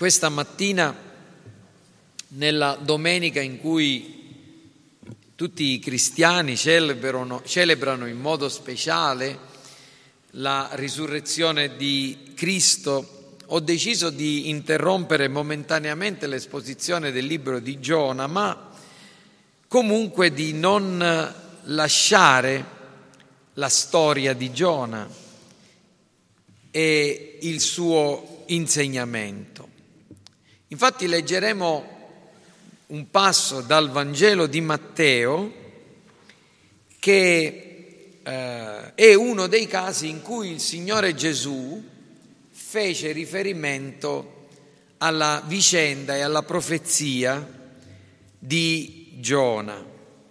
Questa mattina, nella domenica in cui tutti i cristiani celebrano in modo speciale la risurrezione di Cristo, ho deciso di interrompere momentaneamente l'esposizione del libro di Giona, ma comunque di non lasciare la storia di Giona e il suo insegnamento. Infatti leggeremo un passo dal Vangelo di Matteo che è uno dei casi in cui il Signore Gesù fece riferimento alla vicenda e alla profezia di Giona.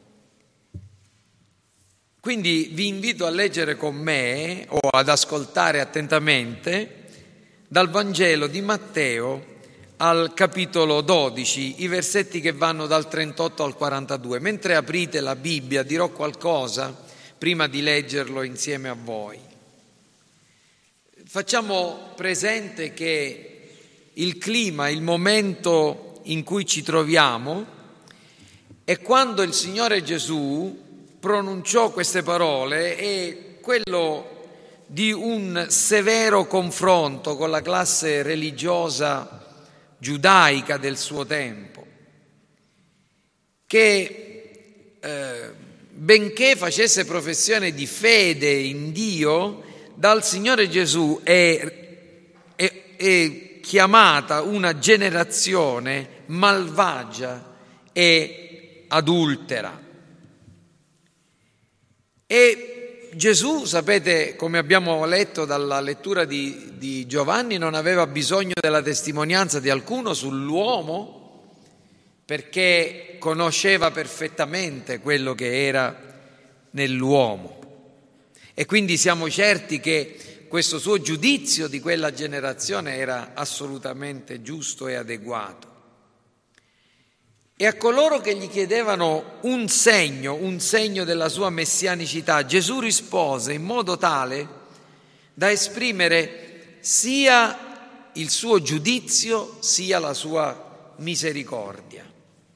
Quindi vi invito a leggere con me o ad ascoltare attentamente dal Vangelo di Matteo al capitolo 12, i versetti che vanno dal 38 al 42. Mentre aprite la Bibbia dirò qualcosa prima di leggerlo insieme a voi. Facciamo presente che il clima, il momento in cui ci troviamo è quando il Signore Gesù pronunciò queste parole e quello di un severo confronto con la classe religiosa giudaica del suo tempo, che benché facesse professione di fede in Dio, dal Signore Gesù è chiamata una generazione malvagia e adultera. E Gesù, sapete, come abbiamo letto dalla lettura di Giovanni, non aveva bisogno della testimonianza di alcuno sull'uomo, perché conosceva perfettamente quello che era nell'uomo. E quindi siamo certi che questo suo giudizio di quella generazione era assolutamente giusto e adeguato. E a coloro che gli chiedevano un segno della sua messianicità, Gesù rispose in modo tale da esprimere sia il suo giudizio sia la sua misericordia.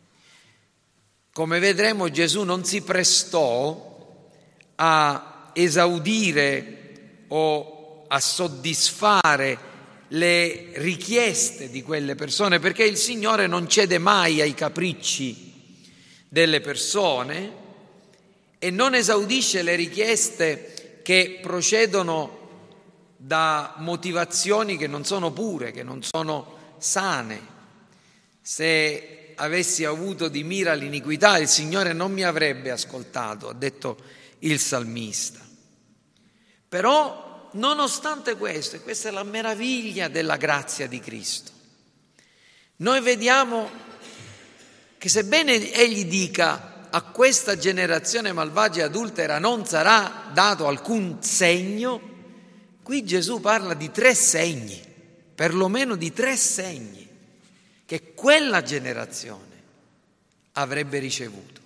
Come vedremo, Gesù non si prestò a esaudire o a soddisfare le richieste di quelle persone, perché il Signore non cede mai ai capricci delle persone e non esaudisce le richieste che procedono da motivazioni che non sono pure, che non sono sane. Se avessi avuto di mira l'iniquità, il Signore non mi avrebbe ascoltato, ha detto il salmista. Però nonostante questo, e questa è la meraviglia della grazia di Cristo, noi vediamo che sebbene Egli dica a questa generazione malvagia e adultera non sarà dato alcun segno, qui Gesù parla di 3 segni, perlomeno di 3 segni, che quella generazione avrebbe ricevuto.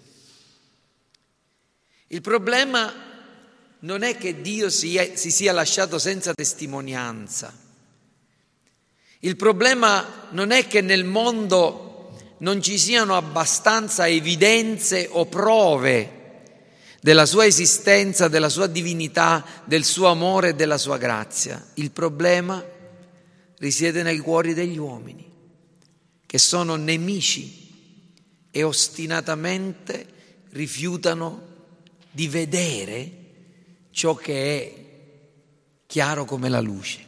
Il problema non è che Dio si sia lasciato senza testimonianza. Il problema non è che nel mondo non ci siano abbastanza evidenze o prove della sua esistenza, della sua divinità, del suo amore e della sua grazia. Il problema risiede nei cuori degli uomini, che sono nemici e ostinatamente rifiutano di vedere ciò che è chiaro come la luce.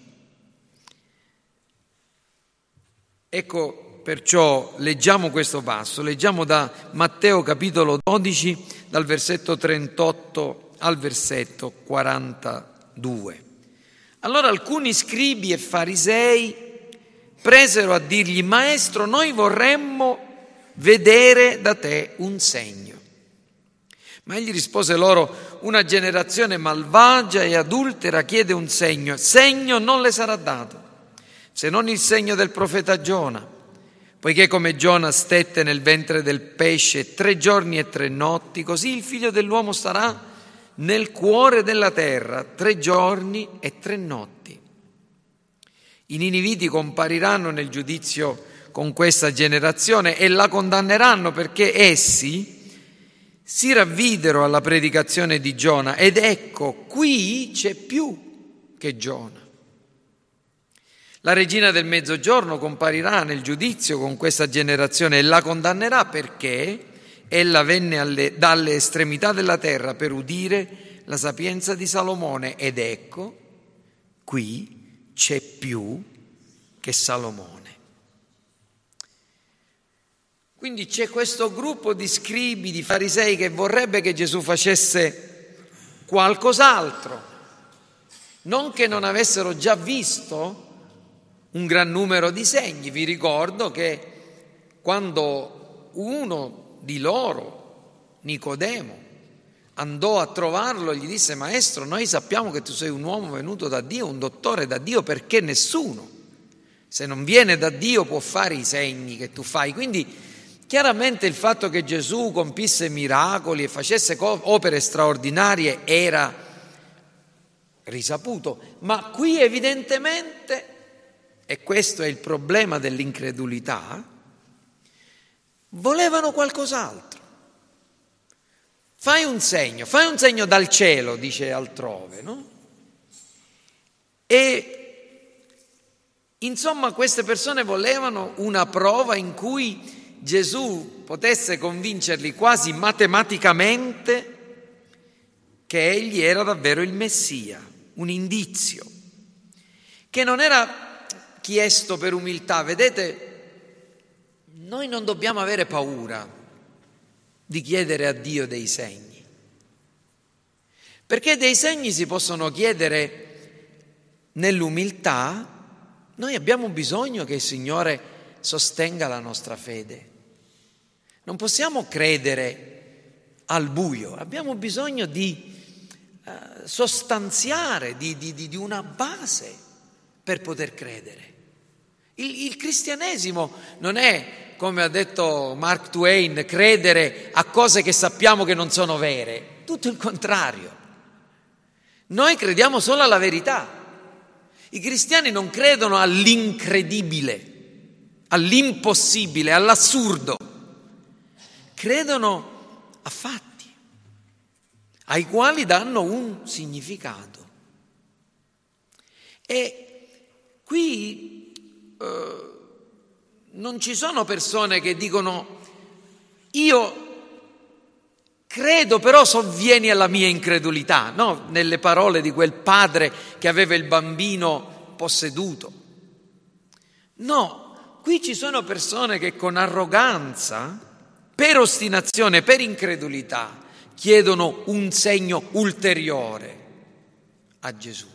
Ecco, perciò leggiamo questo passo, leggiamo da Matteo capitolo 12, dal versetto 38 al versetto 42. Allora alcuni scribi e farisei presero a dirgli: Maestro, noi vorremmo vedere da te un segno. Ma egli rispose loro: una generazione malvagia e adultera chiede un segno non le sarà dato, se non il segno del profeta Giona. Poiché come Giona stette nel ventre del pesce 3 giorni e 3 notti, così il Figlio dell'uomo starà nel cuore della terra 3 giorni e 3 notti. I niniviti compariranno nel giudizio con questa generazione e la condanneranno perché essi si ravvidero alla predicazione di Giona, ed ecco, qui c'è più che Giona. La regina del mezzogiorno comparirà nel giudizio con questa generazione e la condannerà perché ella venne dalle estremità della terra per udire la sapienza di Salomone, ed ecco, qui c'è più che Salomone. Quindi c'è questo gruppo di scribi, di farisei che vorrebbe che Gesù facesse qualcos'altro, non che non avessero già visto un gran numero di segni. Vi ricordo che quando uno di loro, Nicodemo, andò a trovarlo, gli disse: Maestro, noi sappiamo che tu sei un uomo venuto da Dio, un dottore da Dio, perché nessuno, se non viene da Dio, può fare i segni che tu fai. Quindi chiaramente il fatto che Gesù compisse miracoli e facesse opere straordinarie era risaputo, ma qui evidentemente, e questo è il problema dell'incredulità, volevano qualcos'altro. Fai un segno dal cielo, dice altrove, no? E insomma queste persone volevano una prova in cui Gesù potesse convincerli quasi matematicamente che egli era davvero il Messia, un indizio che non era chiesto per umiltà. Vedete, noi non dobbiamo avere paura di chiedere a Dio dei segni, perché dei segni si possono chiedere nell'umiltà. Noi abbiamo bisogno che il Signore sostenga la nostra fede. Non possiamo credere al buio, abbiamo bisogno di sostanziare, di una base per poter credere. Il cristianesimo non è, come ha detto Mark Twain, credere a cose che sappiamo che non sono vere, tutto il contrario. Noi crediamo solo alla verità. I cristiani non credono all'incredibile, all'impossibile, all'assurdo. Credono a fatti, ai quali danno un significato. E qui non ci sono persone che dicono: io credo, però sovvieni alla mia incredulità, no? Nelle parole di quel padre che aveva il bambino posseduto. No, qui ci sono persone che con arroganza, per ostinazione, per incredulità, chiedono un segno ulteriore a Gesù.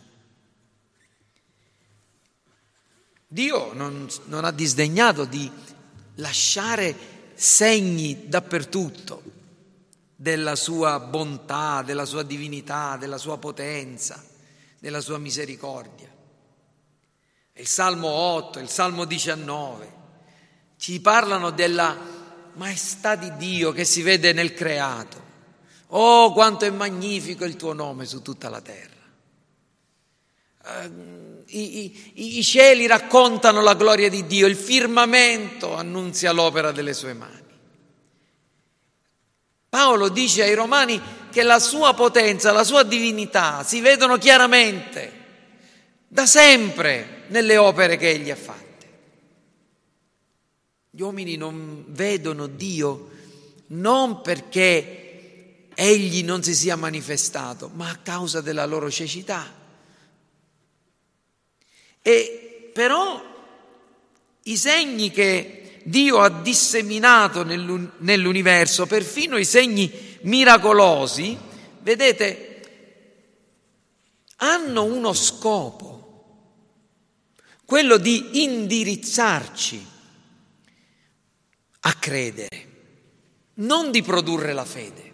Dio non ha disdegnato di lasciare segni dappertutto della sua bontà, della sua divinità, della sua potenza, della sua misericordia. Il Salmo 8, il Salmo 19 ci parlano della maestà di Dio che si vede nel creato. Oh, quanto è magnifico il tuo nome su tutta la terra. I cieli raccontano la gloria di Dio, il firmamento annunzia l'opera delle sue mani. Paolo dice ai Romani che la sua potenza, la sua divinità si vedono chiaramente da sempre nelle opere che egli ha fatte. Gli uomini non vedono Dio non perché egli non si sia manifestato, ma a causa della loro cecità. E però i segni che Dio ha disseminato nell'universo, perfino i segni miracolosi, vedete, hanno uno scopo, quello di indirizzarci a credere, non di produrre la fede.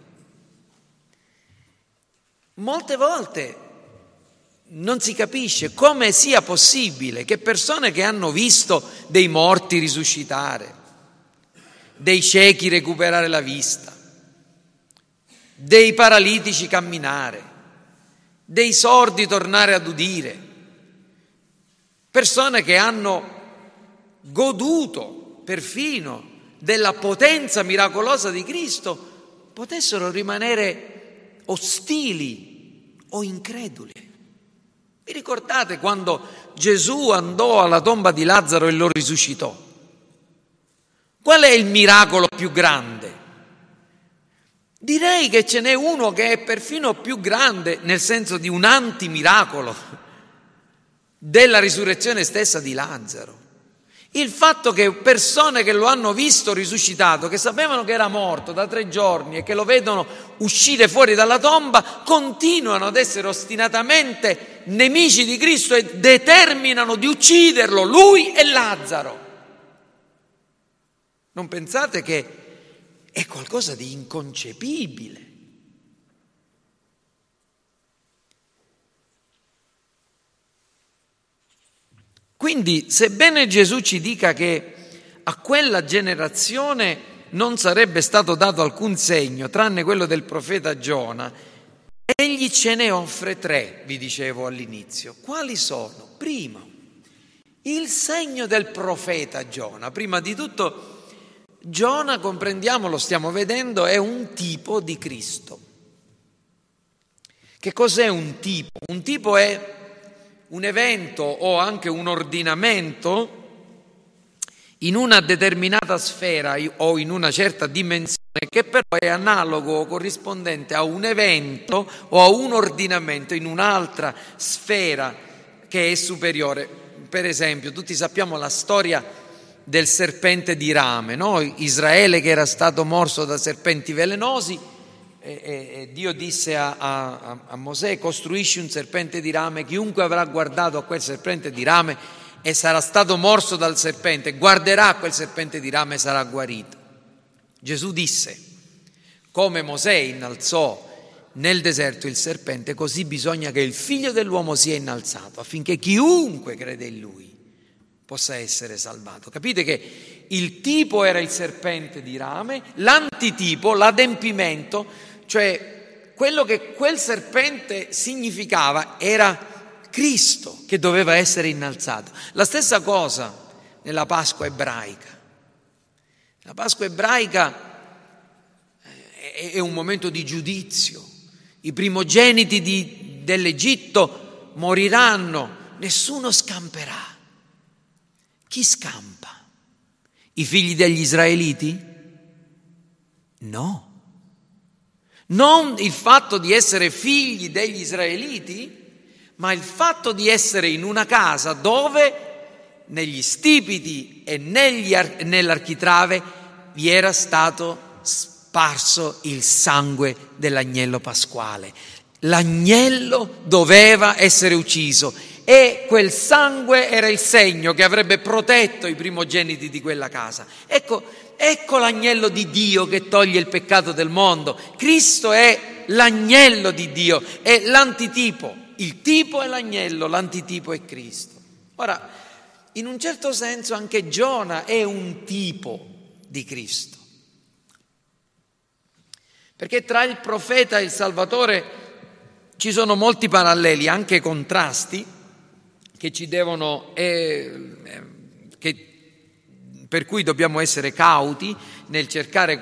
Molte volte non si capisce come sia possibile che persone che hanno visto dei morti risuscitare, dei ciechi recuperare la vista, dei paralitici camminare, dei sordi tornare ad udire, persone che hanno goduto perfino della potenza miracolosa di Cristo, potessero rimanere ostili o increduli. Vi ricordate quando Gesù andò alla tomba di Lazzaro e lo risuscitò? Qual è il miracolo più grande? Direi che ce n'è uno che è perfino più grande, nel senso di un antimiracolo della risurrezione stessa di Lazzaro. Il fatto che persone che lo hanno visto risuscitato, che sapevano che era morto da 3 giorni e che lo vedono uscire fuori dalla tomba, continuano ad essere ostinatamente nemici di Cristo e determinano di ucciderlo, lui e Lazzaro. Non pensate che è qualcosa di inconcepibile? Quindi, sebbene Gesù ci dica che a quella generazione non sarebbe stato dato alcun segno, tranne quello del profeta Giona, egli ce ne offre 3, vi dicevo all'inizio. Quali sono? Primo, il segno del profeta Giona. Prima di tutto, Giona, comprendiamo, lo stiamo vedendo, è un tipo di Cristo. Che cos'è un tipo? Un tipo è un evento o anche un ordinamento in una determinata sfera o in una certa dimensione, che però è analogo o corrispondente a un evento o a un ordinamento in un'altra sfera che è superiore. Per esempio, tutti sappiamo la storia del serpente di rame, no? Israele che era stato morso da serpenti velenosi, e Dio disse a Mosè: costruisci un serpente di rame, chiunque avrà guardato a quel serpente di rame e sarà stato morso dal serpente, guarderà a quel serpente di rame e sarà guarito. Gesù disse: come Mosè innalzò nel deserto il serpente, così bisogna che il figlio dell'uomo sia innalzato, affinché chiunque crede in lui possa essere salvato. Capite che il tipo era il serpente di rame, l'antitipo, l'adempimento, cioè quello che quel serpente significava era Cristo che doveva essere innalzato. La stessa cosa nella Pasqua ebraica. La Pasqua ebraica è un momento di giudizio. I primogeniti dell'Egitto moriranno, nessuno scamperà. Chi scampa? I figli degli israeliti? No. Non il fatto di essere figli degli israeliti, ma il fatto di essere in una casa dove negli stipiti e nell'architrave vi era stato sparso il sangue dell'agnello pasquale. L'agnello doveva essere ucciso e quel sangue era il segno che avrebbe protetto i primogeniti di quella casa. Ecco l'agnello di Dio che toglie il peccato del mondo. Cristo è l'agnello di Dio, è l'antitipo. Il tipo è l'agnello, l'antitipo è Cristo. Ora, in un certo senso anche Giona è un tipo di Cristo. Perché tra il profeta e il Salvatore ci sono molti paralleli, anche contrasti, che ci devono, per cui dobbiamo essere cauti nel cercare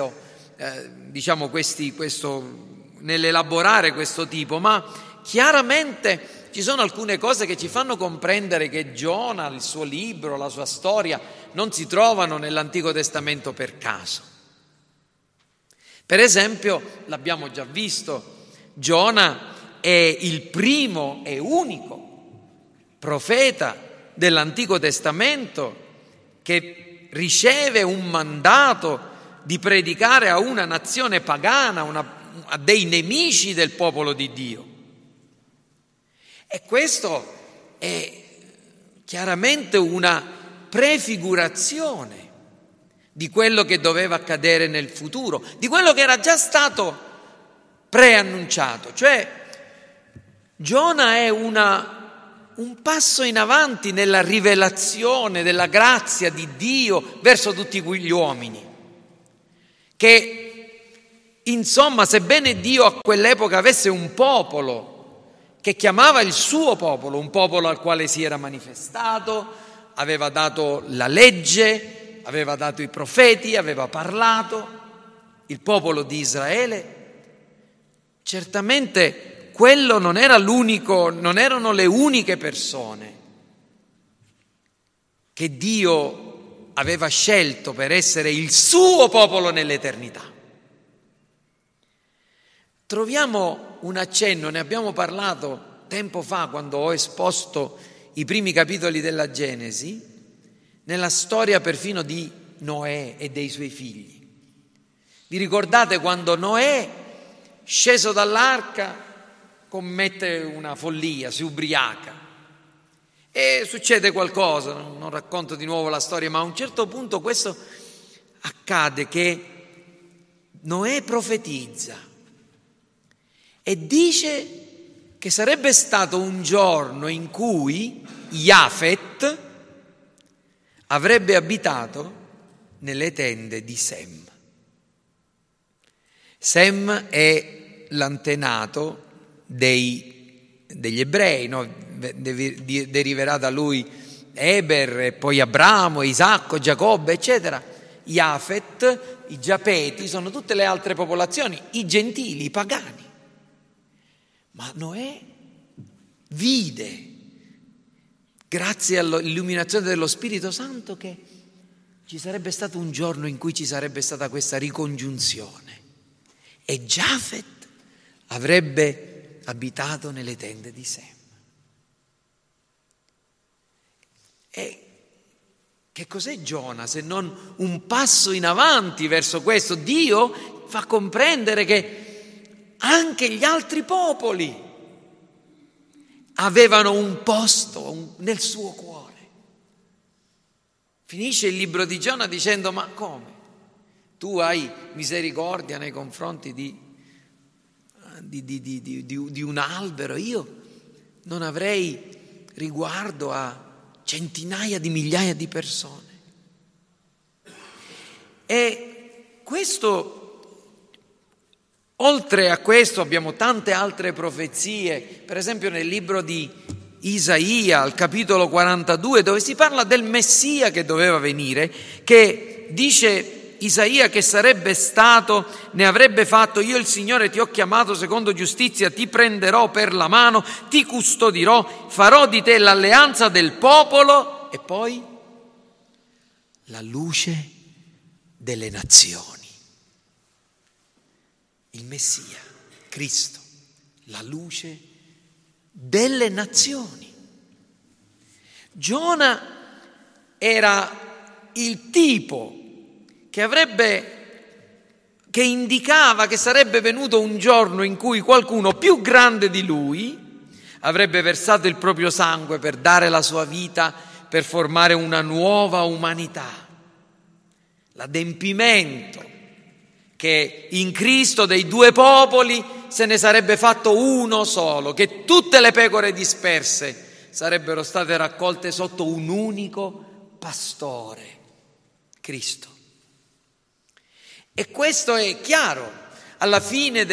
nell'elaborare questo tipo, ma chiaramente ci sono alcune cose che ci fanno comprendere che Giona, il suo libro, la sua storia, non si trovano nell'Antico Testamento per caso. Per esempio, l'abbiamo già visto, Giona è il primo e unico profeta dell'Antico Testamento che riceve un mandato di predicare a una nazione pagana, a dei nemici del popolo di Dio. E questo è chiaramente una prefigurazione di quello che doveva accadere nel futuro, di quello che era già stato preannunciato. Cioè, Giona è un passo in avanti nella rivelazione della grazia di Dio verso tutti gli uomini, che insomma, sebbene Dio a quell'epoca avesse un popolo che chiamava il suo popolo, un popolo al quale si era manifestato, aveva dato la legge, aveva dato i profeti, aveva parlato. Il popolo di Israele, certamente quello non era l'unico, non erano le uniche persone che Dio aveva scelto per essere il suo popolo nell'eternità. Troviamo un accenno, ne abbiamo parlato tempo fa quando ho esposto i primi capitoli della Genesi, nella storia perfino di Noè e dei suoi figli. Vi ricordate quando Noè, sceso dall'arca, commette una follia, si ubriaca e succede qualcosa, non racconto di nuovo la storia, ma a un certo punto questo accade che Noè profetizza e dice che sarebbe stato un giorno in cui Jafet avrebbe abitato nelle tende di Sem. Sem è l'antenato degli ebrei, no? Deriverà da lui Eber, e poi Abramo, Isacco, Giacobbe, eccetera. Jafet, i Giapeti, sono tutte le altre popolazioni, i gentili, i pagani. Ma Noè vide, grazie all'illuminazione dello Spirito Santo, che ci sarebbe stato un giorno in cui ci sarebbe stata questa ricongiunzione e Jafet avrebbe abitato nelle tende di Sem. E che cos'è Giona se non un passo in avanti verso questo? Dio fa comprendere che anche gli altri popoli avevano un posto nel suo cuore. Finisce il libro di Giona dicendo: ma come? Tu hai misericordia nei confronti di un albero, io non avrei riguardo a centinaia di migliaia di persone. E questo, oltre a questo, abbiamo tante altre profezie, per esempio nel libro di Isaia, al capitolo 42, dove si parla del Messia che doveva venire, che dice Isaia che sarebbe stato, ne avrebbe fatto: io il Signore ti ho chiamato secondo giustizia, ti prenderò per la mano, ti custodirò, farò di te l'alleanza del popolo e poi la luce delle nazioni. Il Messia, Cristo, la luce delle nazioni. Giona era il tipo che indicava che sarebbe venuto un giorno in cui qualcuno più grande di lui avrebbe versato il proprio sangue per dare la sua vita, per formare una nuova umanità. L'adempimento che in Cristo dei due popoli se ne sarebbe fatto uno solo, che tutte le pecore disperse sarebbero state raccolte sotto un unico pastore, Cristo. E questo è chiaro alla fine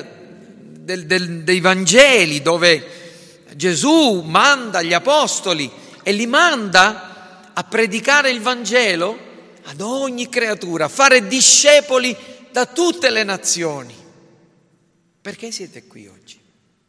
dei Vangeli, dove Gesù manda gli apostoli e li manda a predicare il Vangelo ad ogni creatura, a fare discepoli da tutte le nazioni. Perché siete qui oggi?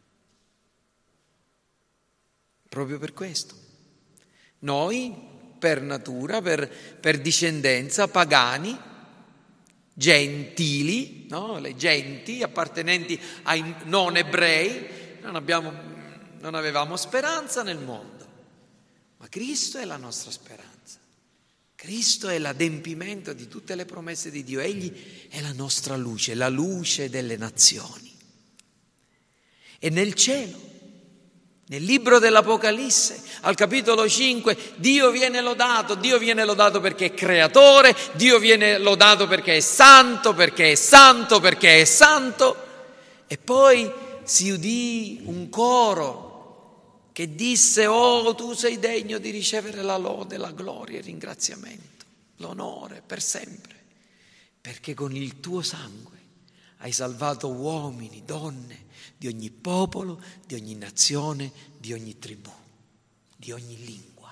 Proprio per questo. Noi, per natura, per discendenza, pagani, gentili, no? Le genti appartenenti ai non ebrei, non avevamo speranza nel mondo, ma Cristo è la nostra speranza. Cristo è l'adempimento di tutte le promesse di Dio. Egli è la nostra luce, la luce delle nazioni. E nel cielo, nel libro dell'Apocalisse, al capitolo 5, Dio viene lodato perché è creatore, Dio viene lodato perché è santo, perché è santo, perché è santo. E poi si udì un coro che disse: oh, tu sei degno di ricevere la lode, la gloria, il ringraziamento, l'onore per sempre, perché con il tuo sangue hai salvato uomini, donne, di ogni popolo, di ogni nazione, di ogni tribù, di ogni lingua.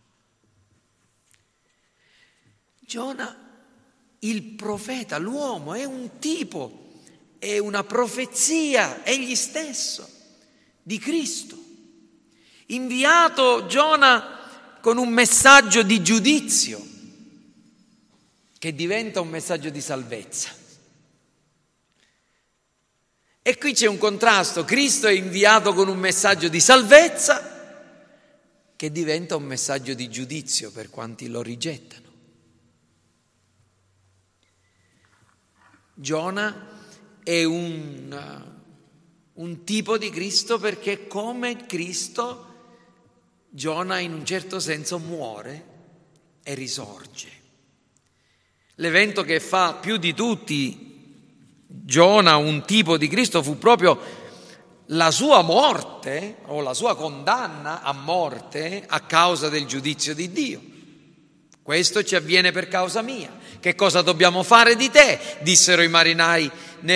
Giona, il profeta, l'uomo, è un tipo, è una profezia, egli stesso, di Cristo. Inviato Giona con un messaggio di giudizio, che diventa un messaggio di salvezza. E qui c'è un contrasto: Cristo è inviato con un messaggio di salvezza che diventa un messaggio di giudizio per quanti lo rigettano. Giona è un tipo di Cristo perché come Cristo Giona in un certo senso muore e risorge. L'evento che fa più di tutti Giona un tipo di Cristo fu proprio la sua morte o la sua condanna a morte a causa del giudizio di Dio. Questo ci avviene per causa mia. Che cosa dobbiamo fare di te? Dissero i marinai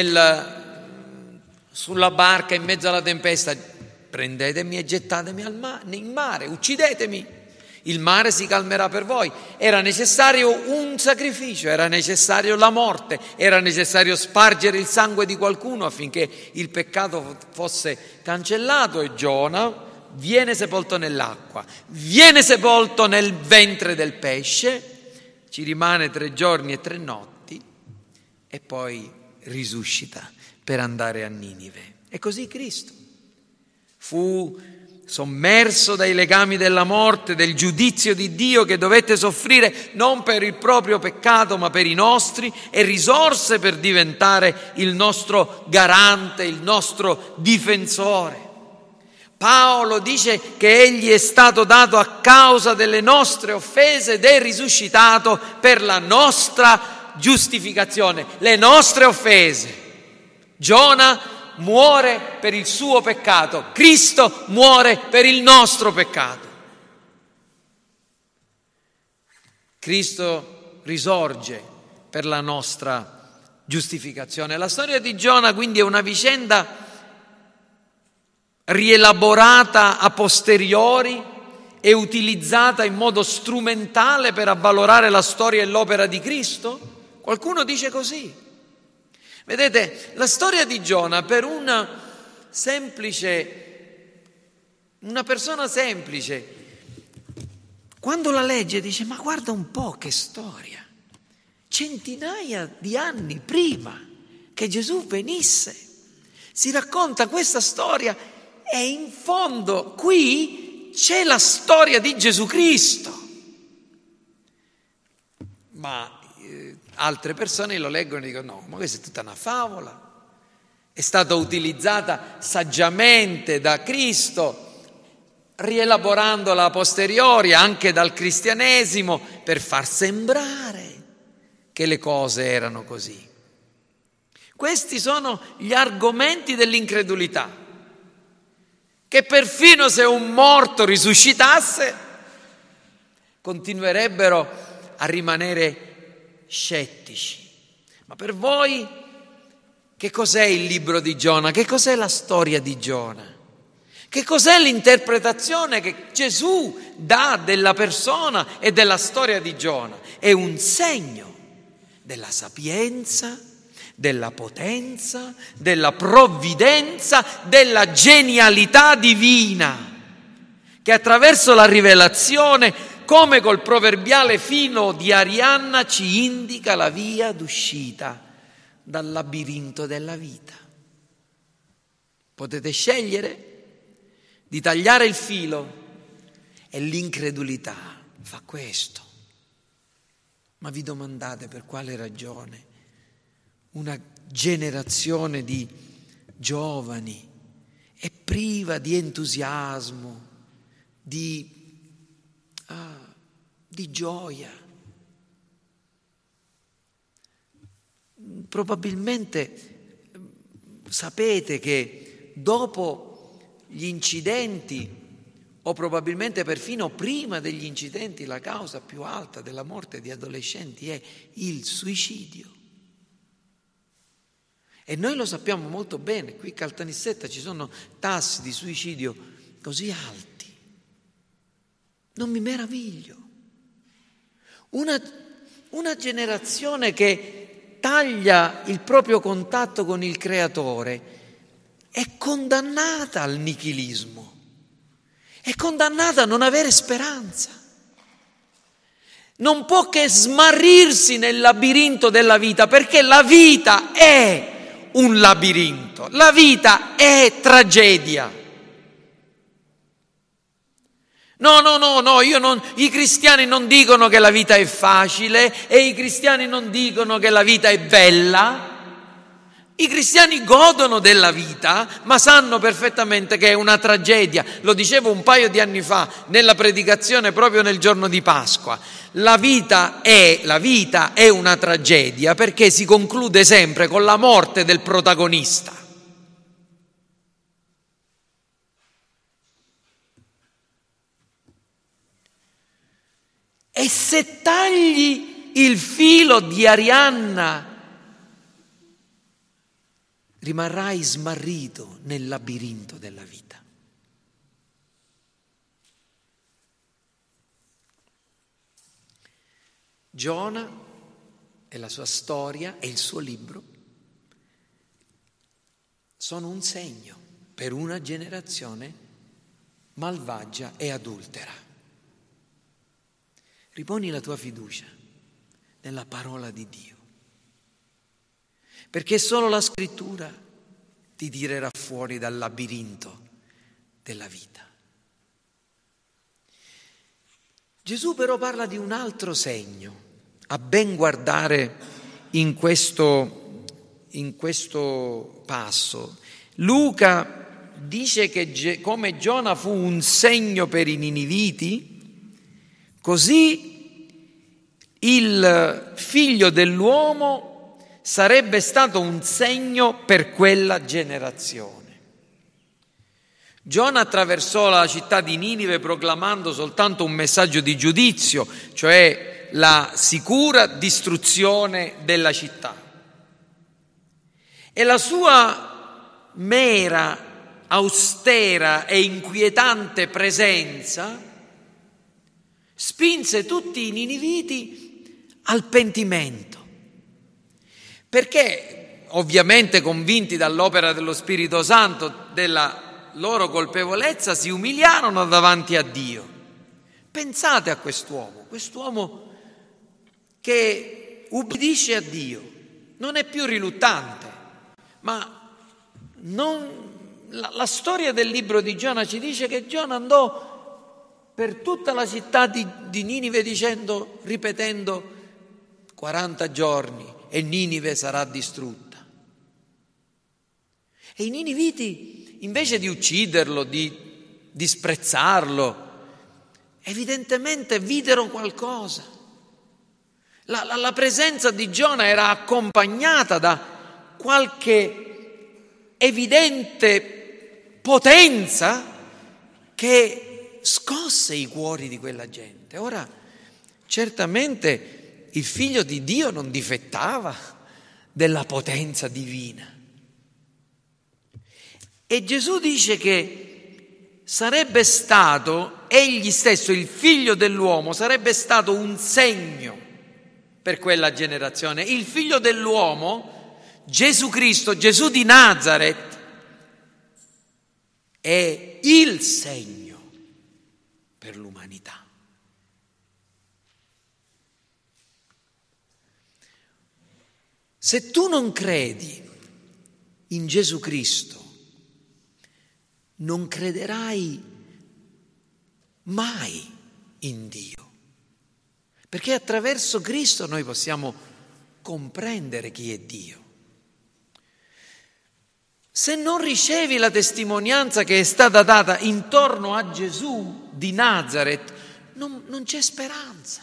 sulla barca in mezzo alla tempesta. Prendetemi e gettatemi in mare, uccidetemi. Il mare si calmerà per voi. Era necessario un sacrificio, era necessario la morte, era necessario spargere il sangue di qualcuno affinché il peccato fosse cancellato, e Giona viene sepolto nell'acqua, viene sepolto nel ventre del pesce, ci rimane 3 giorni e 3 notti e poi risuscita per andare a Ninive. E così Cristo fu sommerso dai legami della morte, del giudizio di Dio, che dovette soffrire non per il proprio peccato ma per i nostri, e risorse per diventare il nostro garante, il nostro difensore. Paolo dice che egli è stato dato a causa delle nostre offese ed è risuscitato per la nostra giustificazione, le nostre offese. Giona muore per il suo peccato, Cristo muore per il nostro peccato. Cristo risorge per la nostra giustificazione. La storia di Giona quindi è una vicenda rielaborata a posteriori e utilizzata in modo strumentale per avvalorare la storia e l'opera di Cristo? Qualcuno dice così. Vedete, la storia di Giona per una persona semplice, quando la legge dice: ma guarda un po' che storia, centinaia di anni prima che Gesù venisse si racconta questa storia, e in fondo qui c'è la storia di Gesù Cristo. Ma altre persone lo leggono e dicono: no, ma questa è tutta una favola, è stata utilizzata saggiamente da Cristo, rielaborandola a posteriori anche dal cristianesimo, per far sembrare che le cose erano così. Questi sono gli argomenti dell'incredulità, che perfino se un morto risuscitasse continuerebbero a rimanere scettici. Ma per voi che cos'è il libro di Giona? Che cos'è la storia di Giona? Che cos'è l'interpretazione che Gesù dà della persona e della storia di Giona? È un segno della sapienza, della potenza, della provvidenza, della genialità divina, che attraverso la rivelazione, come col proverbiale filo di Arianna, ci indica la via d'uscita dal labirinto della vita. Potete scegliere di tagliare il filo, e l'incredulità fa questo. Ma vi domandate per quale ragione una generazione di giovani è priva di entusiasmo, di gioia? Probabilmente sapete che dopo gli incidenti, o probabilmente perfino prima degli incidenti, la causa più alta della morte di adolescenti è il suicidio. E noi lo sappiamo molto bene, qui a Caltanissetta ci sono tassi di suicidio così alti. Non mi meraviglio. Una generazione che taglia il proprio contatto con il Creatore è condannata al nichilismo, è condannata a non avere speranza. Non può che smarrirsi nel labirinto della vita, perché la vita è un labirinto, la vita è tragedia. No, i cristiani non dicono che la vita è facile e i cristiani non dicono che la vita è bella. I cristiani godono della vita, ma sanno perfettamente che è una tragedia. Lo dicevo un paio di anni fa nella predicazione proprio nel giorno di Pasqua. La vita è una tragedia perché si conclude sempre con la morte del protagonista. E se tagli il filo di Arianna, rimarrai smarrito nel labirinto della vita. Giona e la sua storia e il suo libro sono un segno per una generazione malvagia e adultera. Riponi la tua fiducia nella parola di Dio, perché solo la scrittura ti tirerà fuori dal labirinto della vita. Gesù però parla di un altro segno, a ben guardare in questo passo. Luca dice che come Giona fu un segno per i niniviti, così il figlio dell'uomo sarebbe stato un segno per quella generazione. Giona attraversò la città di Ninive proclamando soltanto un messaggio di giudizio, cioè la sicura distruzione della città. E la sua mera, austera e inquietante presenza spinse tutti i niniviti al pentimento, perché ovviamente convinti dall'opera dello Spirito Santo della loro colpevolezza si umiliarono davanti a Dio. Pensate a quest'uomo che ubbidisce a Dio, non è più riluttante, ma la storia del libro di Giona ci dice che Giona andò per tutta la città di Ninive ripetendo 40 giorni e Ninive sarà distrutta. E i niniviti, invece di ucciderlo, di disprezzarlo, evidentemente videro qualcosa. La presenza di Giona era accompagnata da qualche evidente potenza che scosse i cuori di quella gente. Ora, certamente il figlio di Dio non difettava della potenza divina. E Gesù dice che sarebbe stato, egli stesso, il figlio dell'uomo, sarebbe stato un segno per quella generazione. Il figlio dell'uomo, Gesù Cristo, Gesù di Nazaret, è il segno per l'umanità. Se tu non credi in Gesù Cristo, non crederai mai in Dio, perché attraverso Cristo noi possiamo comprendere chi è Dio. Se non ricevi la testimonianza che è stata data intorno a Gesù di Nazaret, non c'è speranza.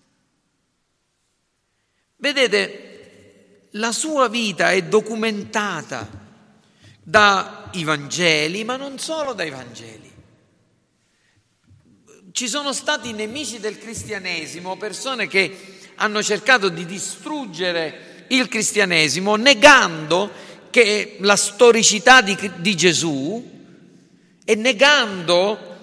Vedete, la sua vita è documentata dai Vangeli, ma non solo dai Vangeli. Ci sono stati nemici del cristianesimo, persone che hanno cercato di distruggere il cristianesimo negando che la storicità di Gesù e negando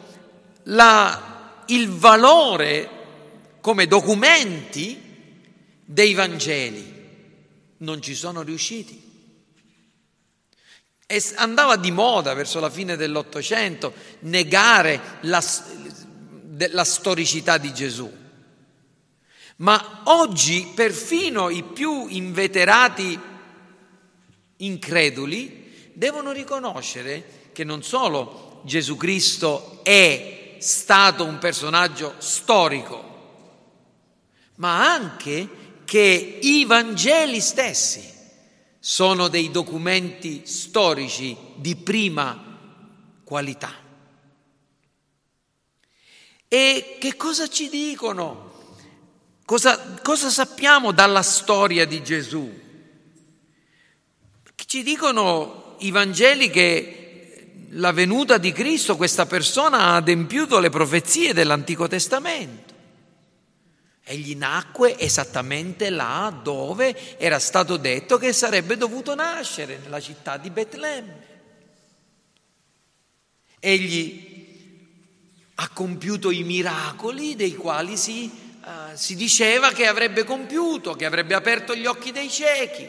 il valore come documenti dei Vangeli. Non ci sono riusciti. E andava di moda verso la fine dell'Ottocento negare la storicità di Gesù. Ma oggi perfino i più inveterati increduli devono riconoscere che non solo Gesù Cristo è stato un personaggio storico, ma anche che i Vangeli stessi sono dei documenti storici di prima qualità. E che cosa ci dicono? Cosa sappiamo dalla storia di Gesù? Ci dicono i Vangeli che la venuta di Cristo, questa persona ha adempiuto le profezie dell'Antico Testamento. Egli nacque esattamente là dove era stato detto che sarebbe dovuto nascere, nella città di Betlemme. Egli ha compiuto i miracoli dei quali si diceva che avrebbe compiuto, che avrebbe aperto gli occhi dei ciechi.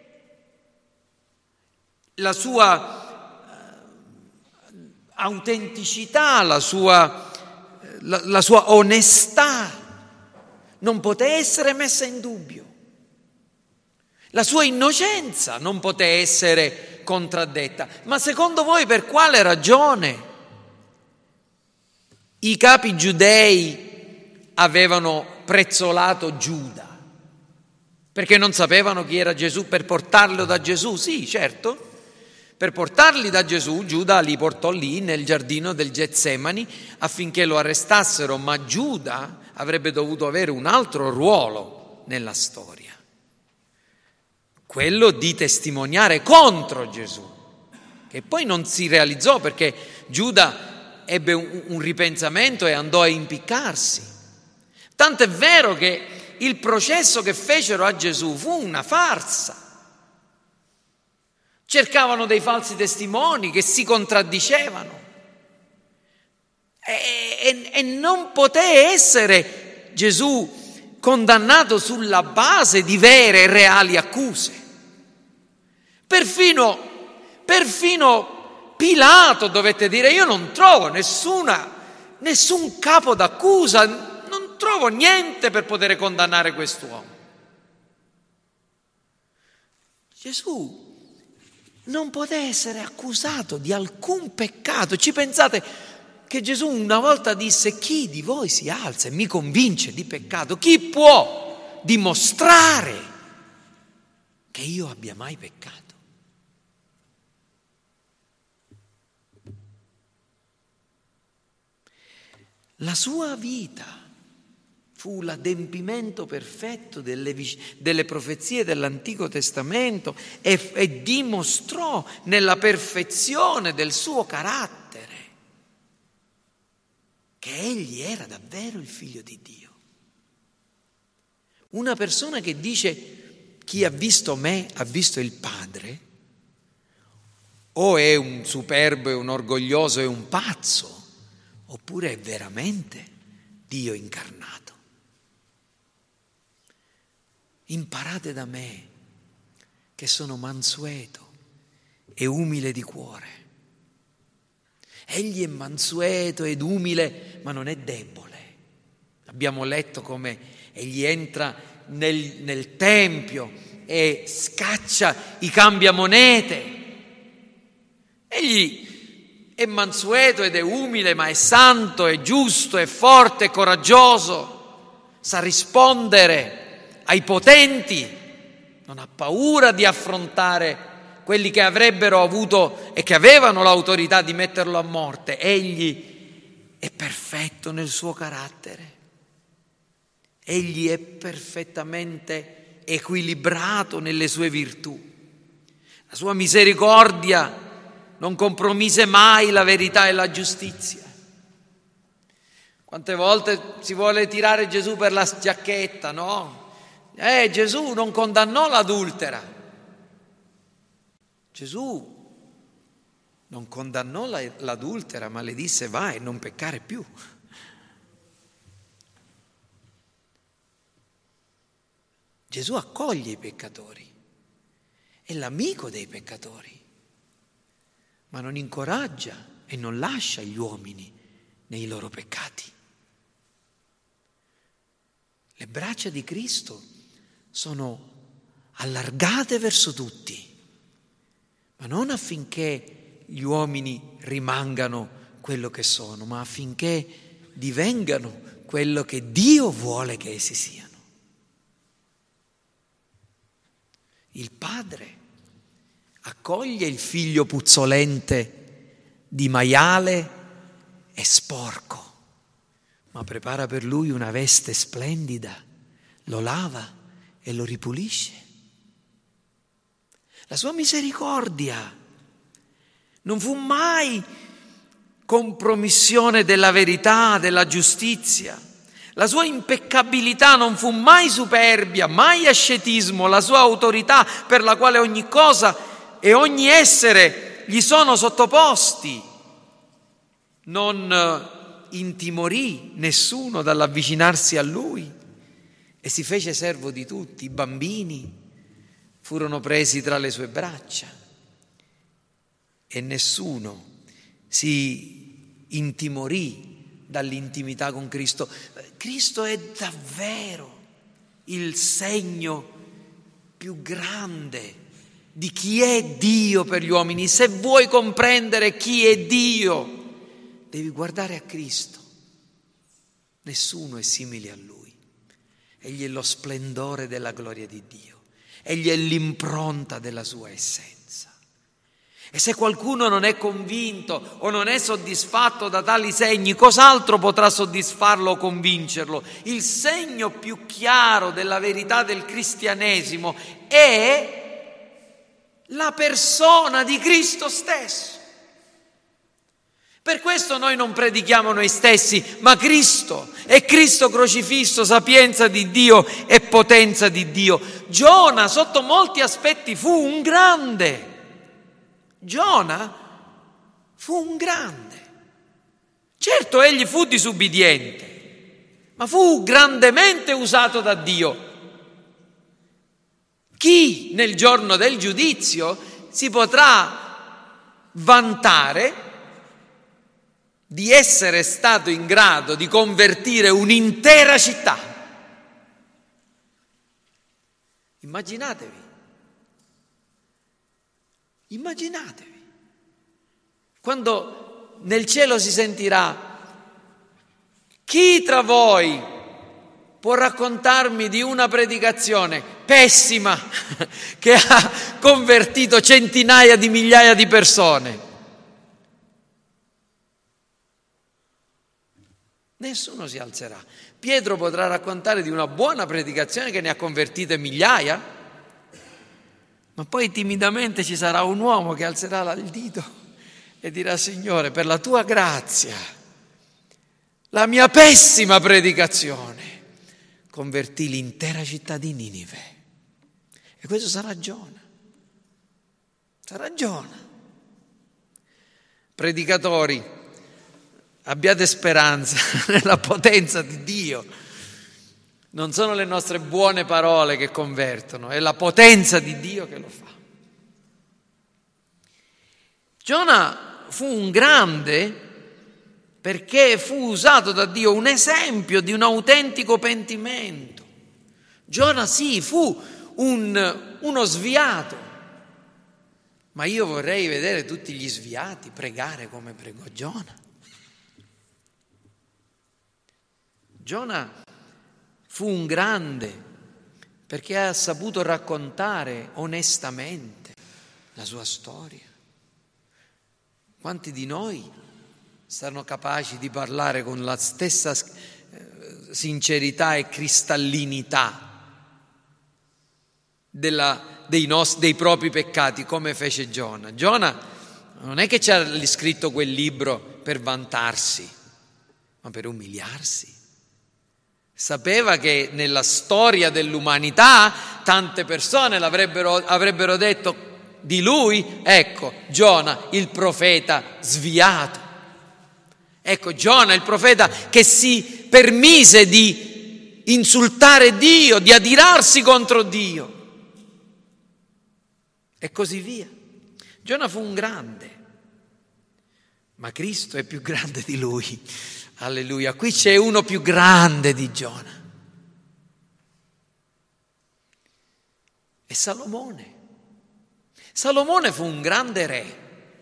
La sua autenticità, la sua onestà non poté essere messa in dubbio. La sua innocenza non poté essere contraddetta. Ma secondo voi per quale ragione i capi giudei avevano prezzolato Giuda? Perché non sapevano chi era Gesù per portarlo da Gesù? Sì, certo. Per portarli da Gesù, Giuda li portò lì nel giardino del Getsemani affinché lo arrestassero, ma Giuda avrebbe dovuto avere un altro ruolo nella storia, quello di testimoniare contro Gesù, che poi non si realizzò perché Giuda ebbe un ripensamento e andò a impiccarsi. Tanto è vero che il processo che fecero a Gesù fu una farsa. Cercavano dei falsi testimoni che si contraddicevano e non poté essere Gesù condannato sulla base di vere e reali accuse. Perfino Pilato dovette dire: io non trovo nessun capo d'accusa, non trovo niente per poter condannare quest'uomo. Gesù non poté essere accusato di alcun peccato. Ci pensate che Gesù una volta disse: chi di voi si alza e mi convince di peccato? Chi può dimostrare che io abbia mai peccato? La sua vita fu l'adempimento perfetto delle profezie dell'Antico Testamento e dimostrò nella perfezione del suo carattere che egli era davvero il Figlio di Dio. Una persona che dice: chi ha visto me ha visto il Padre, o è un superbo, è un orgoglioso, è un pazzo, oppure è veramente Dio incarnato. Imparate da me, che sono mansueto e umile di cuore. Egli è mansueto ed umile, ma non è debole. Abbiamo letto come egli entra nel tempio e scaccia i cambiamonete. Egli è mansueto ed è umile, ma è santo, è giusto, è forte, è coraggioso, sa rispondere ai potenti, non ha paura di affrontare quelli che avrebbero avuto e che avevano l'autorità di metterlo a morte. Egli è perfetto nel suo carattere, egli è perfettamente equilibrato nelle sue virtù. La sua misericordia non compromise mai la verità e la giustizia. Quante volte si vuole tirare Gesù per la giacchetta, no? Gesù non condannò l'adultera. Gesù non condannò l'adultera, ma le disse: vai, non peccare più. Gesù accoglie i peccatori, è l'amico dei peccatori, ma non incoraggia e non lascia gli uomini nei loro peccati. Le braccia di Cristo sono allargate verso tutti, ma non affinché gli uomini rimangano quello che sono, ma affinché divengano quello che Dio vuole che essi siano. Il padre accoglie il figlio puzzolente di maiale e sporco, ma prepara per lui una veste splendida, lo lava e lo ripulisce. La sua misericordia non fu mai compromissione della verità, della giustizia. La sua impeccabilità non fu mai superbia, mai ascetismo. La sua autorità, per la quale ogni cosa e ogni essere gli sono sottoposti, non intimorì nessuno dall'avvicinarsi a lui e si fece servo di tutti. I bambini furono presi tra le sue braccia e nessuno si intimorì dall'intimità con Cristo. Cristo è davvero il segno più grande di chi è Dio per gli uomini. Se vuoi comprendere chi è Dio, devi guardare a Cristo. Nessuno è simile a Lui. Egli è lo splendore della gloria di Dio. Egli è l'impronta della sua essenza. E se qualcuno non è convinto o non è soddisfatto da tali segni, cos'altro potrà soddisfarlo o convincerlo? Il segno più chiaro della verità del cristianesimo è la persona di Cristo stesso. Per questo noi non predichiamo noi stessi, ma Cristo, e Cristo crocifisso, sapienza di Dio e potenza di Dio. Giona, sotto molti aspetti, fu un grande. Giona fu un grande. Certo, egli fu disubbidiente, ma fu grandemente usato da Dio. Chi nel giorno del giudizio si potrà vantare di essere stato in grado di convertire un'intera città? Immaginatevi, quando nel cielo si sentirà: chi tra voi può raccontarmi di una predicazione pessima che ha convertito centinaia di migliaia di persone? Nessuno si alzerà. Pietro potrà raccontare di una buona predicazione che ne ha convertite migliaia, ma poi timidamente ci sarà un uomo che alzerà il dito e dirà: Signore, per la tua grazia, la mia pessima predicazione convertì l'intera città di Ninive. E questo sarà Giona. Predicatori, abbiate speranza nella potenza di Dio. Non sono le nostre buone parole che convertono, è la potenza di Dio che lo fa. Giona fu un grande perché fu usato da Dio, un esempio di un autentico pentimento. Giona sì, fu uno sviato, ma io vorrei vedere tutti gli sviati pregare come pregò Giona. Giona fu un grande perché ha saputo raccontare onestamente la sua storia. Quanti di noi saranno capaci di parlare con la stessa sincerità e cristallinità dei propri peccati, come fece Giona? Giona non è che ci ha scritto quel libro per vantarsi, ma per umiliarsi. Sapeva che nella storia dell'umanità tante persone avrebbero detto: di lui? Ecco, Giona, il profeta sviato. Ecco, Giona, il profeta che si permise di insultare Dio, di adirarsi contro Dio. E così via. Giona fu un grande, ma Cristo è più grande di lui. Alleluia. Qui c'è uno più grande di Giona. È Salomone. Salomone fu un grande re,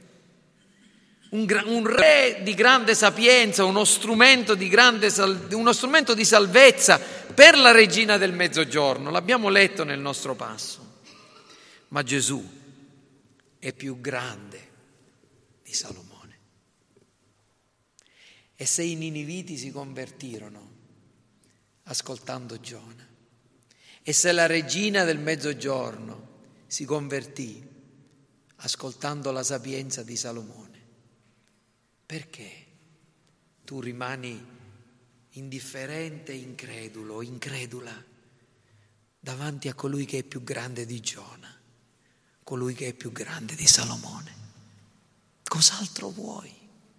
un re di grande sapienza, uno strumento di salvezza per la regina del Mezzogiorno. L'abbiamo letto nel nostro passo. Ma Gesù è più grande di Salomone. E se i niniviti si convertirono ascoltando Giona, e se la regina del Mezzogiorno si convertì ascoltando la sapienza di Salomone, perché tu rimani indifferente, incredulo, incredula davanti a colui che è più grande di Giona, colui che è più grande di Salomone? Cos'altro vuoi?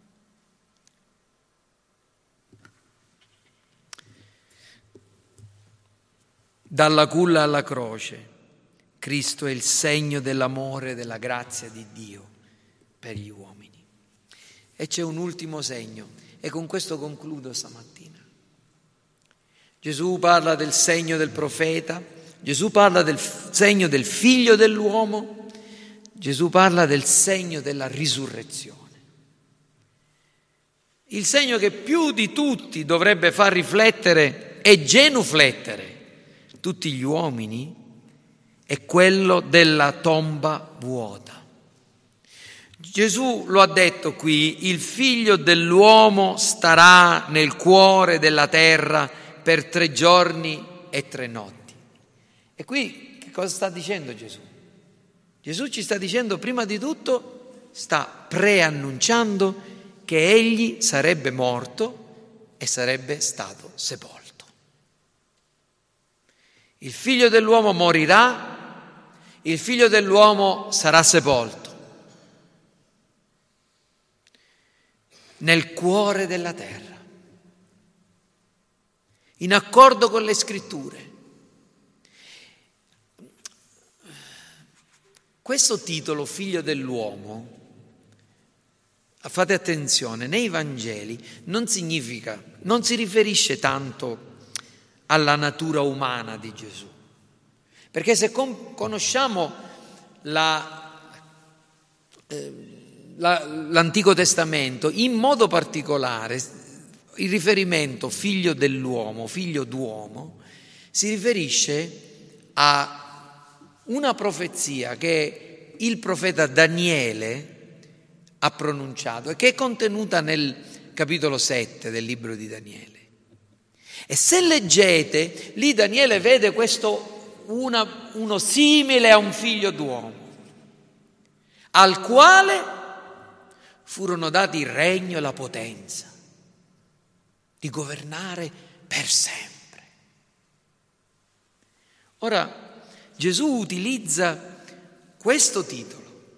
Dalla culla alla croce, Cristo è il segno dell'amore e della grazia di Dio per gli uomini. E c'è un ultimo segno, e con questo concludo stamattina. Gesù parla del segno del profeta, Gesù parla del segno del figlio dell'uomo, Gesù parla del segno della risurrezione. Il segno che più di tutti dovrebbe far riflettere e genuflettere tutti gli uomini è quello della tomba vuota. Gesù lo ha detto qui: il figlio dell'uomo starà nel cuore della terra per 3 giorni e 3 notti. E qui che cosa sta dicendo Gesù? Gesù ci sta dicendo, prima di tutto, sta preannunciando che egli sarebbe morto e sarebbe stato sepolto. Il figlio dell'uomo morirà, il figlio dell'uomo sarà sepolto nel cuore della terra, in accordo con le scritture. Questo titolo, figlio dell'uomo, fate attenzione, nei Vangeli non si riferisce tanto alla natura umana di Gesù, perché se conosciamo l'Antico Testamento, in modo particolare il riferimento figlio dell'uomo, figlio d'uomo, si riferisce a una profezia che il profeta Daniele ha pronunciato e che è contenuta nel capitolo 7 del libro di Daniele. E se leggete, lì Daniele vede uno simile a un figlio d'uomo, al quale furono dati il regno e la potenza di governare per sempre. Ora, Gesù utilizza questo titolo.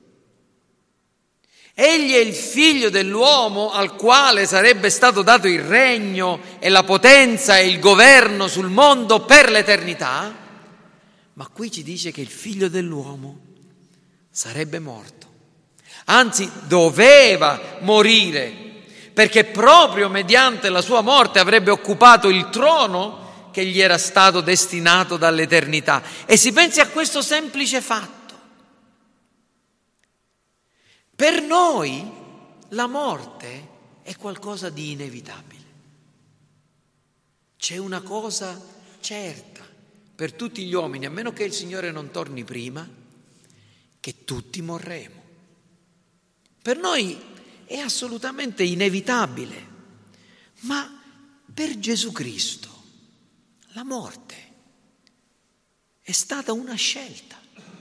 Egli è il figlio dell'uomo al quale sarebbe stato dato il regno e la potenza e il governo sul mondo per l'eternità, ma qui ci dice che il figlio dell'uomo sarebbe morto. Anzi, doveva morire, perché proprio mediante la sua morte avrebbe occupato il trono che gli era stato destinato dall'eternità. E si pensi a questo semplice fatto. Per noi la morte è qualcosa di inevitabile. C'è una cosa certa per tutti gli uomini, a meno che il Signore non torni prima, che tutti morremo. Per noi è assolutamente inevitabile, ma per Gesù Cristo la morte è stata una scelta.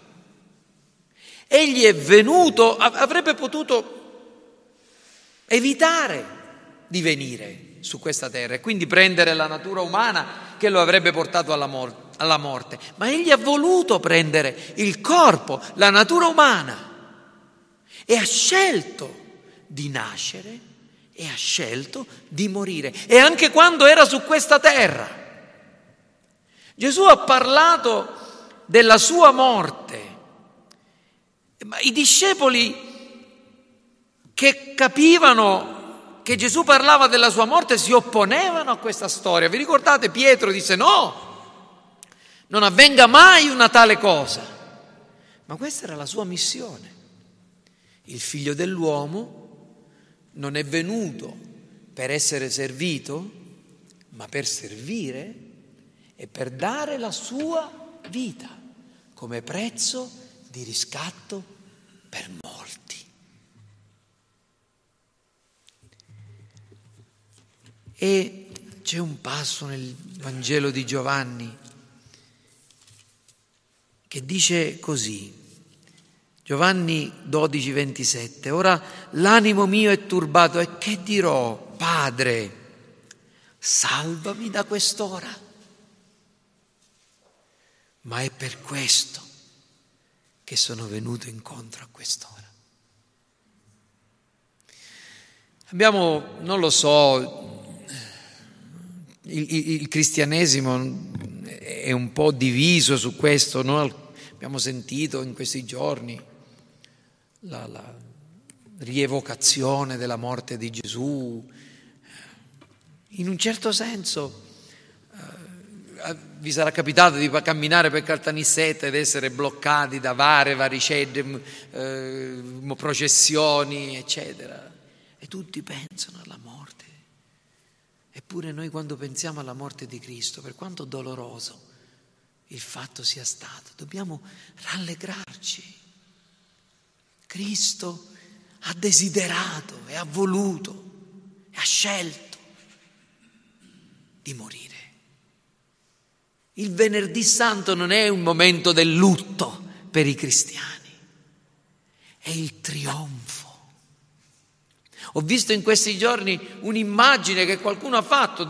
Egli è venuto, avrebbe potuto evitare di venire su questa terra e quindi prendere la natura umana che lo avrebbe portato alla alla morte, ma egli ha voluto prendere il corpo, la natura umana, e ha scelto di nascere e ha scelto di morire. E anche quando era su questa terra, Gesù ha parlato della sua morte, ma i discepoli che capivano che Gesù parlava della sua morte si opponevano a questa storia. Vi ricordate? Pietro disse: no, non avvenga mai una tale cosa. Ma questa era la sua missione. Il figlio dell'uomo non è venuto per essere servito, ma per servire e per dare la sua vita come prezzo di riscatto per molti. E c'è un passo nel Vangelo di Giovanni che dice così, Giovanni 12:27: ora l'animo mio è turbato e che dirò? Padre, salvami da quest'ora. Ma è per questo che sono venuto incontro a quest'ora. Abbiamo, non lo so, il cristianesimo è un po' diviso su questo, noi abbiamo sentito in questi giorni la rievocazione della morte di Gesù. In un certo senso vi sarà capitato di camminare per Caltanissetta ed essere bloccati da varie varicelle, processioni, eccetera, e tutti pensano alla morte. Eppure noi, quando pensiamo alla morte di Cristo, per quanto doloroso il fatto sia stato, dobbiamo rallegrarci. Cristo ha desiderato e ha voluto e ha scelto di morire. Il Venerdì Santo non è un momento del lutto per i cristiani, è il trionfo. Ho visto in questi giorni un'immagine che qualcuno ha fatto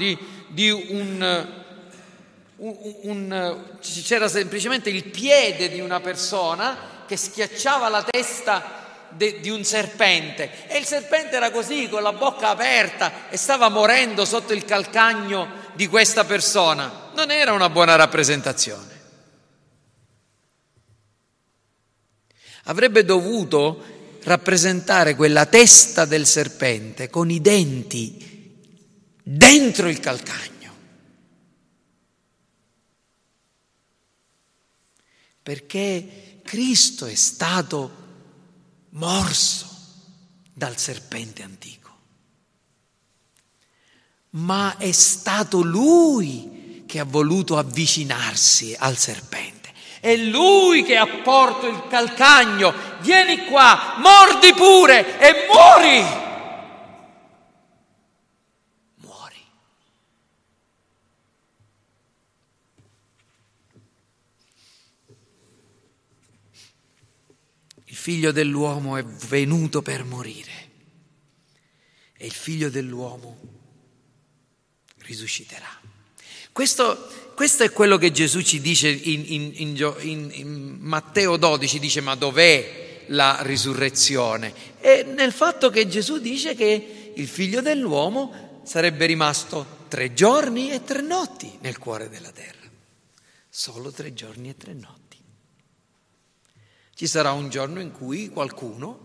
c'era semplicemente il piede di una persona che schiacciava la testa di un serpente, e il serpente era così, con la bocca aperta, e stava morendo sotto il calcagno di questa persona. Non era una buona rappresentazione. Avrebbe dovuto rappresentare quella testa del serpente con i denti dentro il calcagno, perché Cristo è stato morso dal serpente antico, ma è stato Lui che ha voluto avvicinarsi al serpente. È Lui che ha porto il calcagno. Vieni qua, mordi pure e muori. Muori. Il figlio dell'uomo è venuto per morire e il figlio dell'uomo risusciterà. Questo è quello che Gesù ci dice in Matteo 12, dice: ma dov'è la risurrezione? E nel fatto che Gesù dice che il figlio dell'uomo sarebbe rimasto 3 giorni e 3 notti nel cuore della terra. Solo 3 giorni e 3 notti. Ci sarà un giorno in cui qualcuno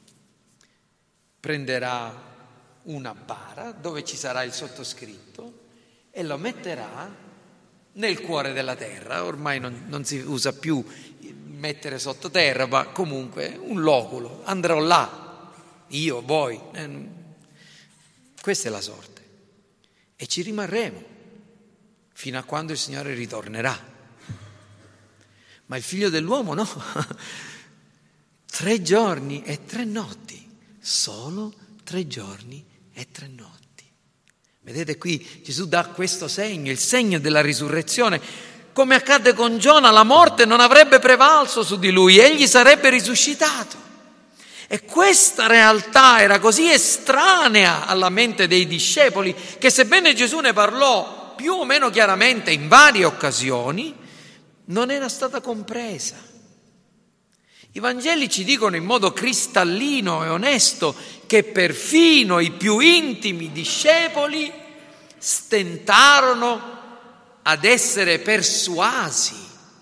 prenderà una bara dove ci sarà il sottoscritto e lo metterà nel cuore della terra. Ormai non si usa più mettere sottoterra, ma comunque un loculo. Andrò là, io, voi. Questa è la sorte. E ci rimarremo fino a quando il Signore ritornerà. Ma il figlio dell'uomo no. 3 giorni e 3 notti. Solo 3 giorni e 3 notti. Vedete qui Gesù dà questo segno, il segno della risurrezione. Come accadde con Giona, la morte non avrebbe prevalso su di lui, egli sarebbe risuscitato. E questa realtà era così estranea alla mente dei discepoli che, sebbene Gesù ne parlò più o meno chiaramente in varie occasioni, non era stata compresa. I Vangeli ci dicono in modo cristallino e onesto che perfino i più intimi discepoli stentarono ad essere persuasi.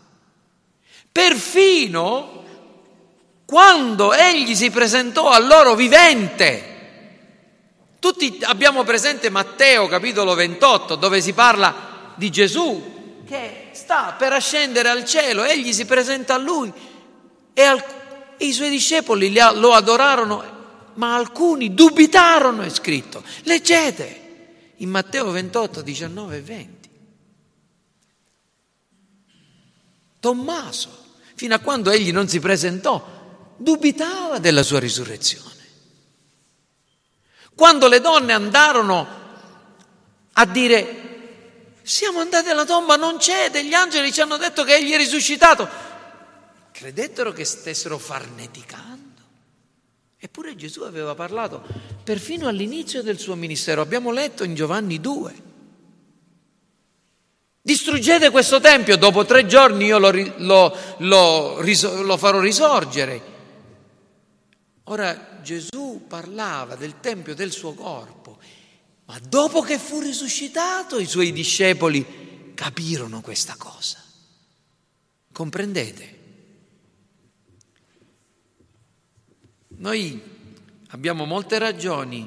Perfino quando egli si presentò a loro vivente. Tutti abbiamo presente Matteo capitolo 28, dove si parla di Gesù che sta per ascendere al cielo, egli si presenta a lui e i suoi discepoli lo adorarono, ma alcuni dubitarono, è scritto. Leggete in Matteo 28, 19 e 20. Tommaso, fino a quando egli non si presentò, dubitava della sua risurrezione. Quando le donne andarono a dire: siamo andati alla tomba, non c'è, degli angeli ci hanno detto che egli è risuscitato, credettero che stessero farneticando. Eppure Gesù aveva parlato perfino all'inizio del suo ministero. Abbiamo letto in Giovanni 2: distruggete questo tempio, dopo 3 giorni io lo farò risorgere. Ora Gesù parlava del tempio del suo corpo, ma dopo che fu risuscitato i suoi discepoli capirono questa cosa. Comprendete? Noi abbiamo molte ragioni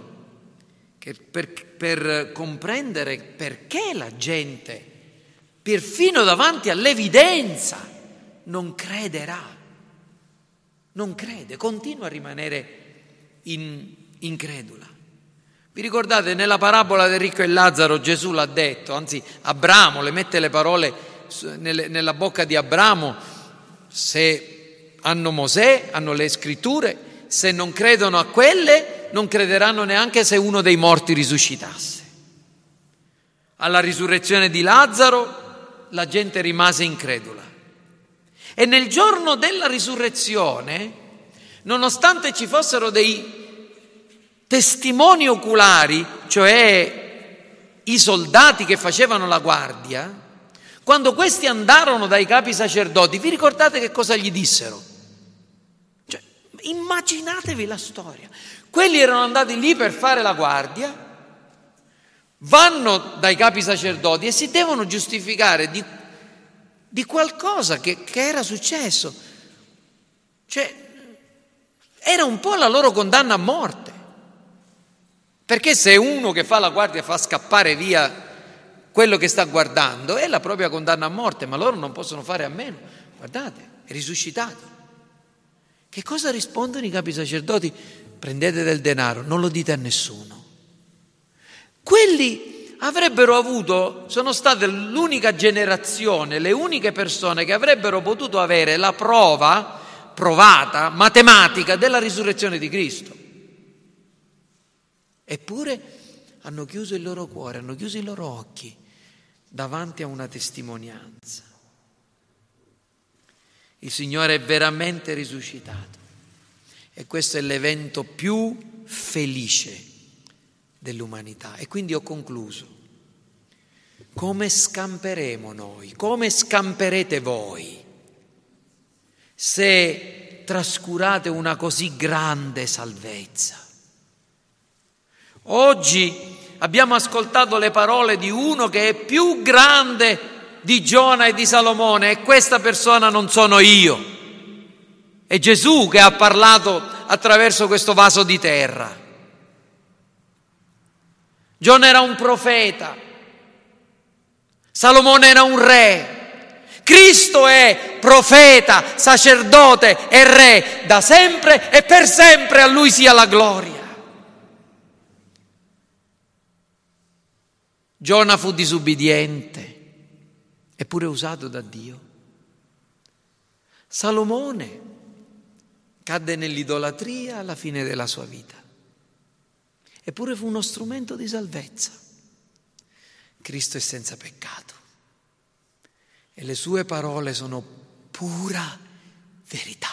per comprendere perché la gente, perfino davanti all'evidenza, non crederà. Non crede, continua a rimanere incredula. Vi ricordate nella parabola del ricco e Lazzaro Gesù l'ha detto, anzi Abramo le mette le parole nella bocca di Abramo: se hanno Mosè, hanno le scritture, se non credono a quelle non crederanno neanche se uno dei morti risuscitasse. Alla risurrezione di Lazzaro la gente rimase incredula. E nel giorno della risurrezione, nonostante ci fossero dei testimoni oculari, cioè i soldati che facevano la guardia, quando questi andarono dai capi sacerdoti, vi ricordate che cosa gli dissero? Cioè, immaginatevi la storia. Quelli erano andati lì per fare la guardia, vanno dai capi sacerdoti e si devono giustificare di qualcosa che era successo. Cioè, era un po' la loro condanna a morte. Perché se uno che fa la guardia fa scappare via quello che sta guardando, è la propria condanna a morte, ma loro non possono fare a meno. Guardate, è risuscitato. Che cosa rispondono i capi sacerdoti? Prendete del denaro, non lo dite a nessuno. Quelli avrebbero avuto, sono state l'unica generazione, le uniche persone che avrebbero potuto avere la prova provata, matematica, della risurrezione di Cristo. Eppure hanno chiuso il loro cuore, hanno chiuso i loro occhi davanti a una testimonianza. Il Signore è veramente risuscitato e questo è l'evento più felice dell'umanità. E quindi ho concluso. Come scamperemo noi? Come scamperete voi se trascurate una così grande salvezza? Oggi abbiamo ascoltato le parole di uno che è più grande di Giona e di Salomone, e questa persona non sono io. È Gesù che ha parlato attraverso questo vaso di terra. Giona era un profeta, Salomone era un re, Cristo è profeta, sacerdote e re da sempre e per sempre, a Lui sia la gloria. Giona fu disubbidiente, eppure usato da Dio. Salomone cadde nell'idolatria alla fine della sua vita, eppure fu uno strumento di salvezza. Cristo è senza peccato e le sue parole sono pura verità.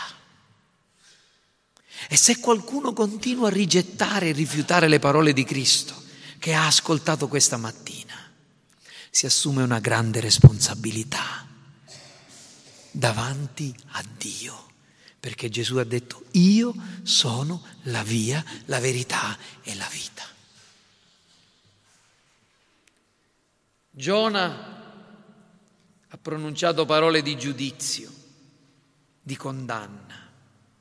E se qualcuno continua a rigettare e rifiutare le parole di Cristo che ha ascoltato questa mattina, si assume una grande responsabilità davanti a Dio, perché Gesù ha detto: io sono la via, la verità e la vita. Giona ha pronunciato parole di giudizio, di condanna.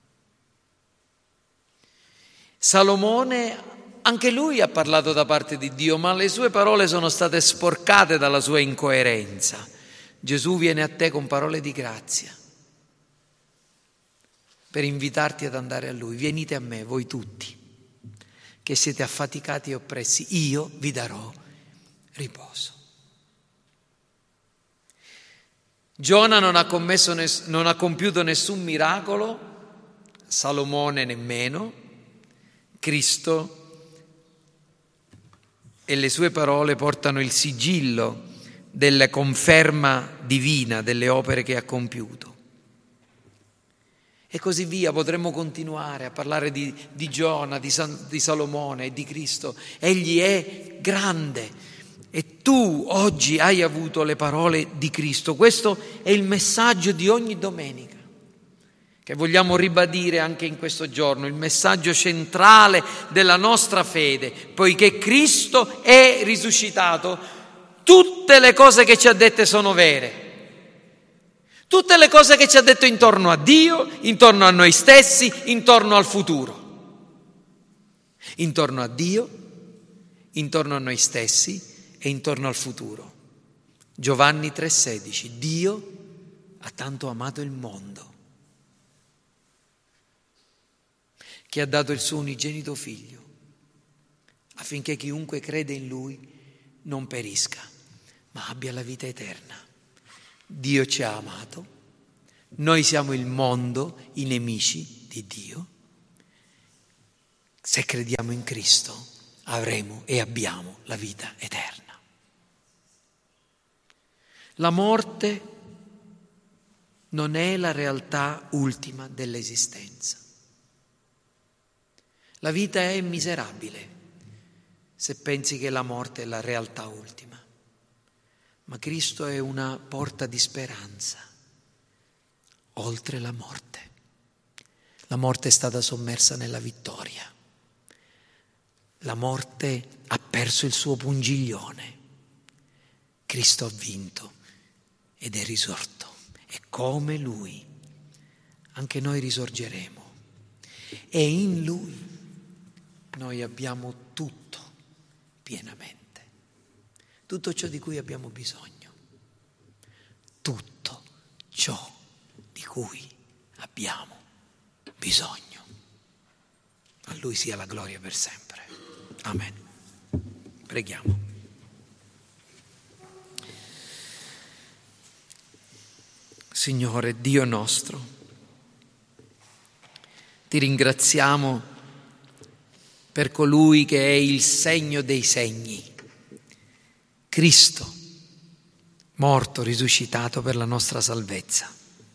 Salomone, anche lui ha parlato da parte di Dio, ma le sue parole sono state sporcate dalla sua incoerenza. Gesù viene a te con parole di grazia per invitarti ad andare a Lui. Venite a me, voi tutti, che siete affaticati e oppressi, io vi darò riposo. Giona non ha compiuto nessun miracolo, Salomone nemmeno, Cristo e le sue parole portano il sigillo della conferma divina delle opere che ha compiuto. E così via, potremmo continuare a parlare di Giona, di Salomone e di Cristo. Egli è grande e tu oggi hai avuto le parole di Cristo. Questo è il messaggio di ogni domenica che vogliamo ribadire anche in questo giorno, il messaggio centrale della nostra fede. Poiché Cristo è risuscitato, tutte le cose che ci ha dette sono vere. Tutte le cose che ci ha detto intorno a Dio, intorno a noi stessi, intorno al futuro. Intorno a Dio, intorno a noi stessi e intorno al futuro. Giovanni 3,16: Dio ha tanto amato il mondo che ha dato il suo unigenito figlio, affinché chiunque crede in Lui non perisca, ma abbia la vita eterna. Dio ci ha amato, noi siamo il mondo, i nemici di Dio. Se crediamo in Cristo avremo e abbiamo la vita eterna. La morte non è la realtà ultima dell'esistenza. La vita è miserabile se pensi che la morte è la realtà ultima. Ma Cristo è una porta di speranza oltre la morte. La morte è stata sommersa nella vittoria. La morte ha perso il suo pungiglione. Cristo ha vinto ed è risorto. E come Lui, anche noi risorgeremo. E in Lui noi abbiamo tutto pienamente. Tutto ciò di cui abbiamo bisogno. Tutto ciò di cui abbiamo bisogno. A Lui sia la gloria per sempre. Amen. Preghiamo. Signore Dio nostro, ti ringraziamo per colui che è il segno dei segni, Cristo, morto, risuscitato per la nostra salvezza.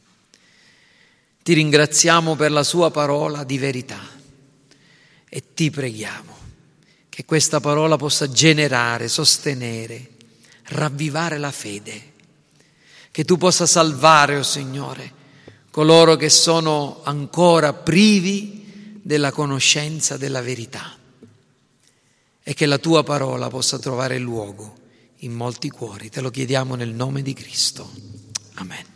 Ti ringraziamo per la sua parola di verità e ti preghiamo che questa parola possa generare, sostenere, ravvivare la fede, che tu possa salvare, o Signore, coloro che sono ancora privi della conoscenza della verità e che la tua parola possa trovare luogo in molti cuori. Te lo chiediamo nel nome di Cristo. Amen.